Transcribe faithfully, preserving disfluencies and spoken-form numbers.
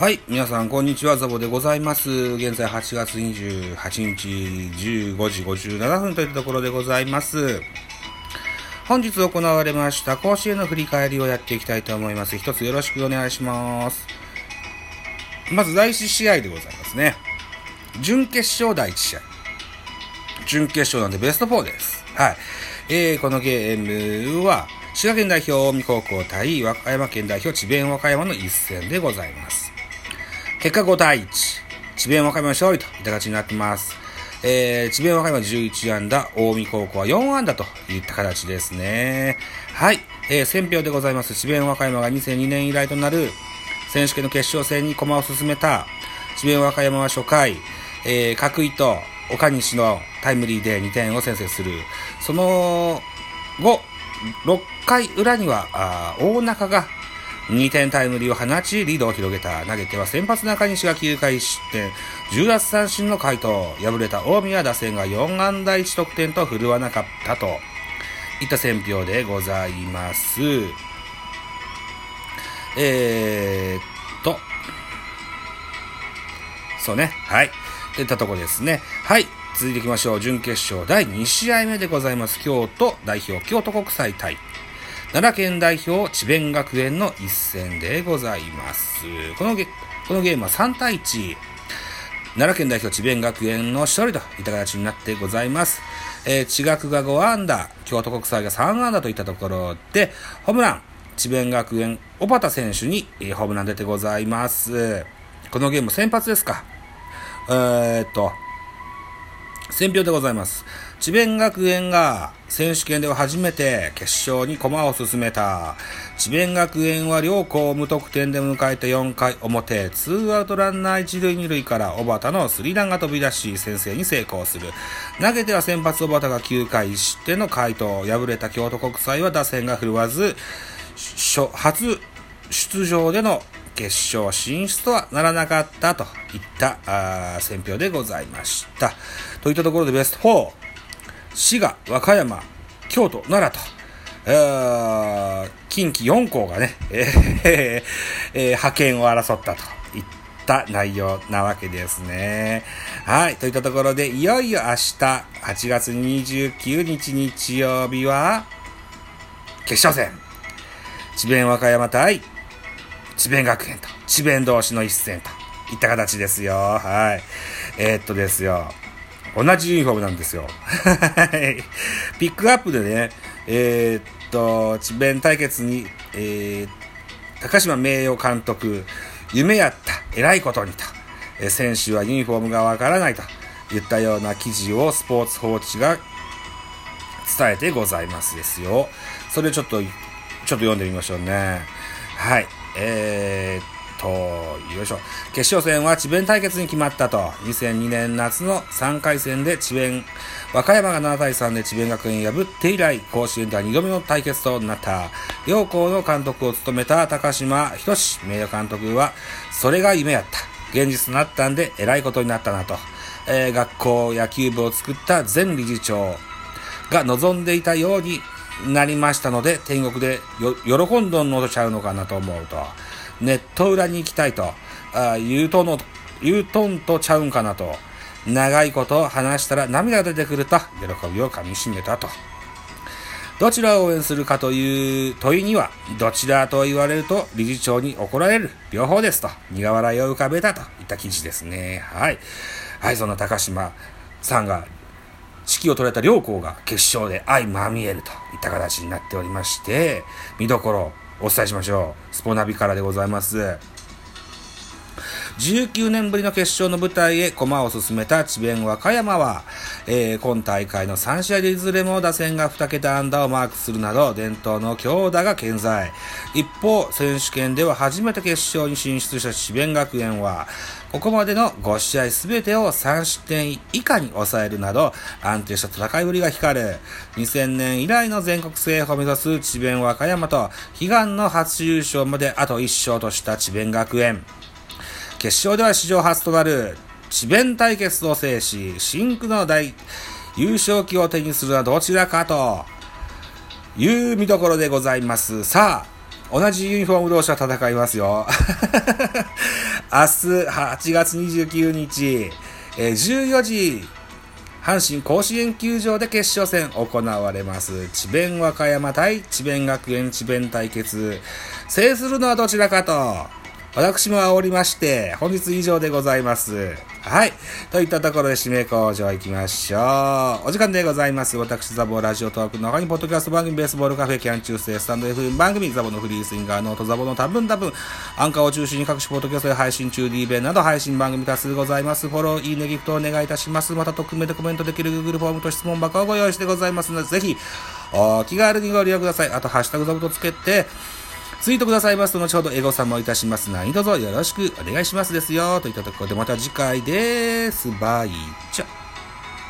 はい、皆さんこんにちは、ザボでございます。現在はちがつにじゅうはちにちじゅうごじごじゅうななふんといったところでございます。本日行われました甲子園の振り返りをやっていきたいと思います。一つよろしくお願いします。まずだいいち試合でございますね。準決勝だいいち試合。準決勝なんでベストよんです。はい。えー、このゲームは滋賀県代表近江高校対和歌山県代表智弁和歌山の一戦でございます。結果ごたいいち、智弁和歌山の勝利といった形になってます。えー、智弁和歌山じゅういちあんだ、近江高校はよんあんだといった形ですね。はい、えー、選評でございます。智弁和歌山がにせんにねん以来となる選手権の決勝戦に駒を進めた智弁和歌山は初回、えー、角井と岡西のタイムリーでにてんを先制する。その後、ろっかいうらにはあ大中がにてんタイムリーを放ちリードを広げた。投げては先発中西がきゅうかい失点、じゅう奪三振の快投。敗れた近江は打線がよんあんだいちとくてんと振るわなかったといった選評でございます。えーっとそうね、はいといったところですね。はい、続いていきましょう。準決勝だいに試合目でございます。京都代表京都国際対奈良県代表智弁学園の一戦でございます。このゲ、このゲームはさんたいいち、奈良県代表智弁学園の勝利といった形になってございます。えー、智学がごあんだ、京都国際がさんあんだといったところで、ホームラン、智弁学園小畑選手に、えー、ホームラン出てございます。このゲーム先発ですか。えーっと、選評でございます。智弁学園が選手権では初めて決勝に駒を進めた。智弁学園は両校無得点で迎えたよんかいおもて、ツーアウトランナーいちるいにるいから小畑のスリーランが飛び出し先制に成功する。投げては先発小畑がきゅうかい失点の快投。敗れた京都国際は打線が振るわず初出場での決勝進出とはならなかったといったあ選評でございました。といったところでベストよん、滋賀、和歌山、京都、奈良と、えー、近畿よんこうがね、えーえー、派遣を争ったといった内容なわけですね。はい、といったところでいよいよ明日はちがつにじゅうくにち日曜日は決勝戦、智弁和歌山対智弁学園と智弁同士の一戦といった形ですよ。はい。えー、っとですよ。同じユニフォームなんですよ。ピックアップでね、えー、っと、智弁対決に、えー、高島名誉監督、夢やった、偉いことにと、えー、選手はユニフォームがわからないといったような記事をスポーツ報知が伝えてございますですよ。それちょっと、ちょっと読んでみましょうね。はい。えー、っと、よいしょ。決勝戦は智弁対決に決まったと。にせんにねん夏のさんかいせんで智弁、和歌山がななたいさんで智弁学園破って以来、甲子園ではにどめの対決となった。両校の監督を務めた高島仁名誉監督は、それが夢やった。現実となったんで偉いことになったなと。えー、学校野球部を作った前理事長が望んでいたように、なりましたので天国でよ喜んどんのとちゃうのかなと思うと、ネット裏に行きたいとあ言うとの言うとんとちゃうんかなと長いこと話したら涙が出てくると喜びをかみしめたと。どちらを応援するかという問いにはどちらと言われると理事長に怒られる、両方ですと苦笑いを浮かべたといった記事ですね。はいはい、その高島さんが指揮を取れた両校が決勝で相まみえるといった形になっておりまして、見どころお伝えしましょう。スポナビからでございます。じゅうきゅうねんぶりの決勝の舞台へ駒を進めた智弁和歌山は、えー、今大会のさんしあいでいずれも打線がにけた安打をマークするなど伝統の強打が健在。一方選手権では初めて決勝に進出した智弁学園はここまでのご試合すべてをさんしってん以下に抑えるなど安定した戦いぶりが光る。にせんねん以来の全国制覇を目指す智弁和歌山と悲願の初優勝まであといっしょうとした智弁学園。決勝では史上初となる智弁対決を制し、深紅の大優勝旗を手にするのはどちらかという見どころでございます。さあ、 同じユニフォーム同士は戦いますよ。明日はちがつにじゅうくにち、えー、じゅうよじ、阪神甲子園球場で決勝戦行われます。智弁和歌山対智弁学園智弁対決。制するのはどちらかと、私も煽りまして、本日以上でございます。はい。といったところで締め工場行きましょう。お時間でございます。私、ザボラジオトークの他に、ポッドキャスト番組、ベースボールカフェ、キャン中世、スタンド エフエム 番組、ザボのフリースインガー、ノートザボの多分多分、アンカーを中心に各種ポッドキャストで配信中、D 弁など配信番組多数ございます。フォロー、いいね、ギフトお願いいたします。また、匿名でコメントできる Google フォームと質問箱をご用意してございますので、ぜひ、お気軽にご利用ください。あと、ハッシュタグザボとつけて、ツイートくださいますと、後ほどエゴサもいたします。何卒よろしくお願いしますですよ。といったところでまた次回です。バイチャ。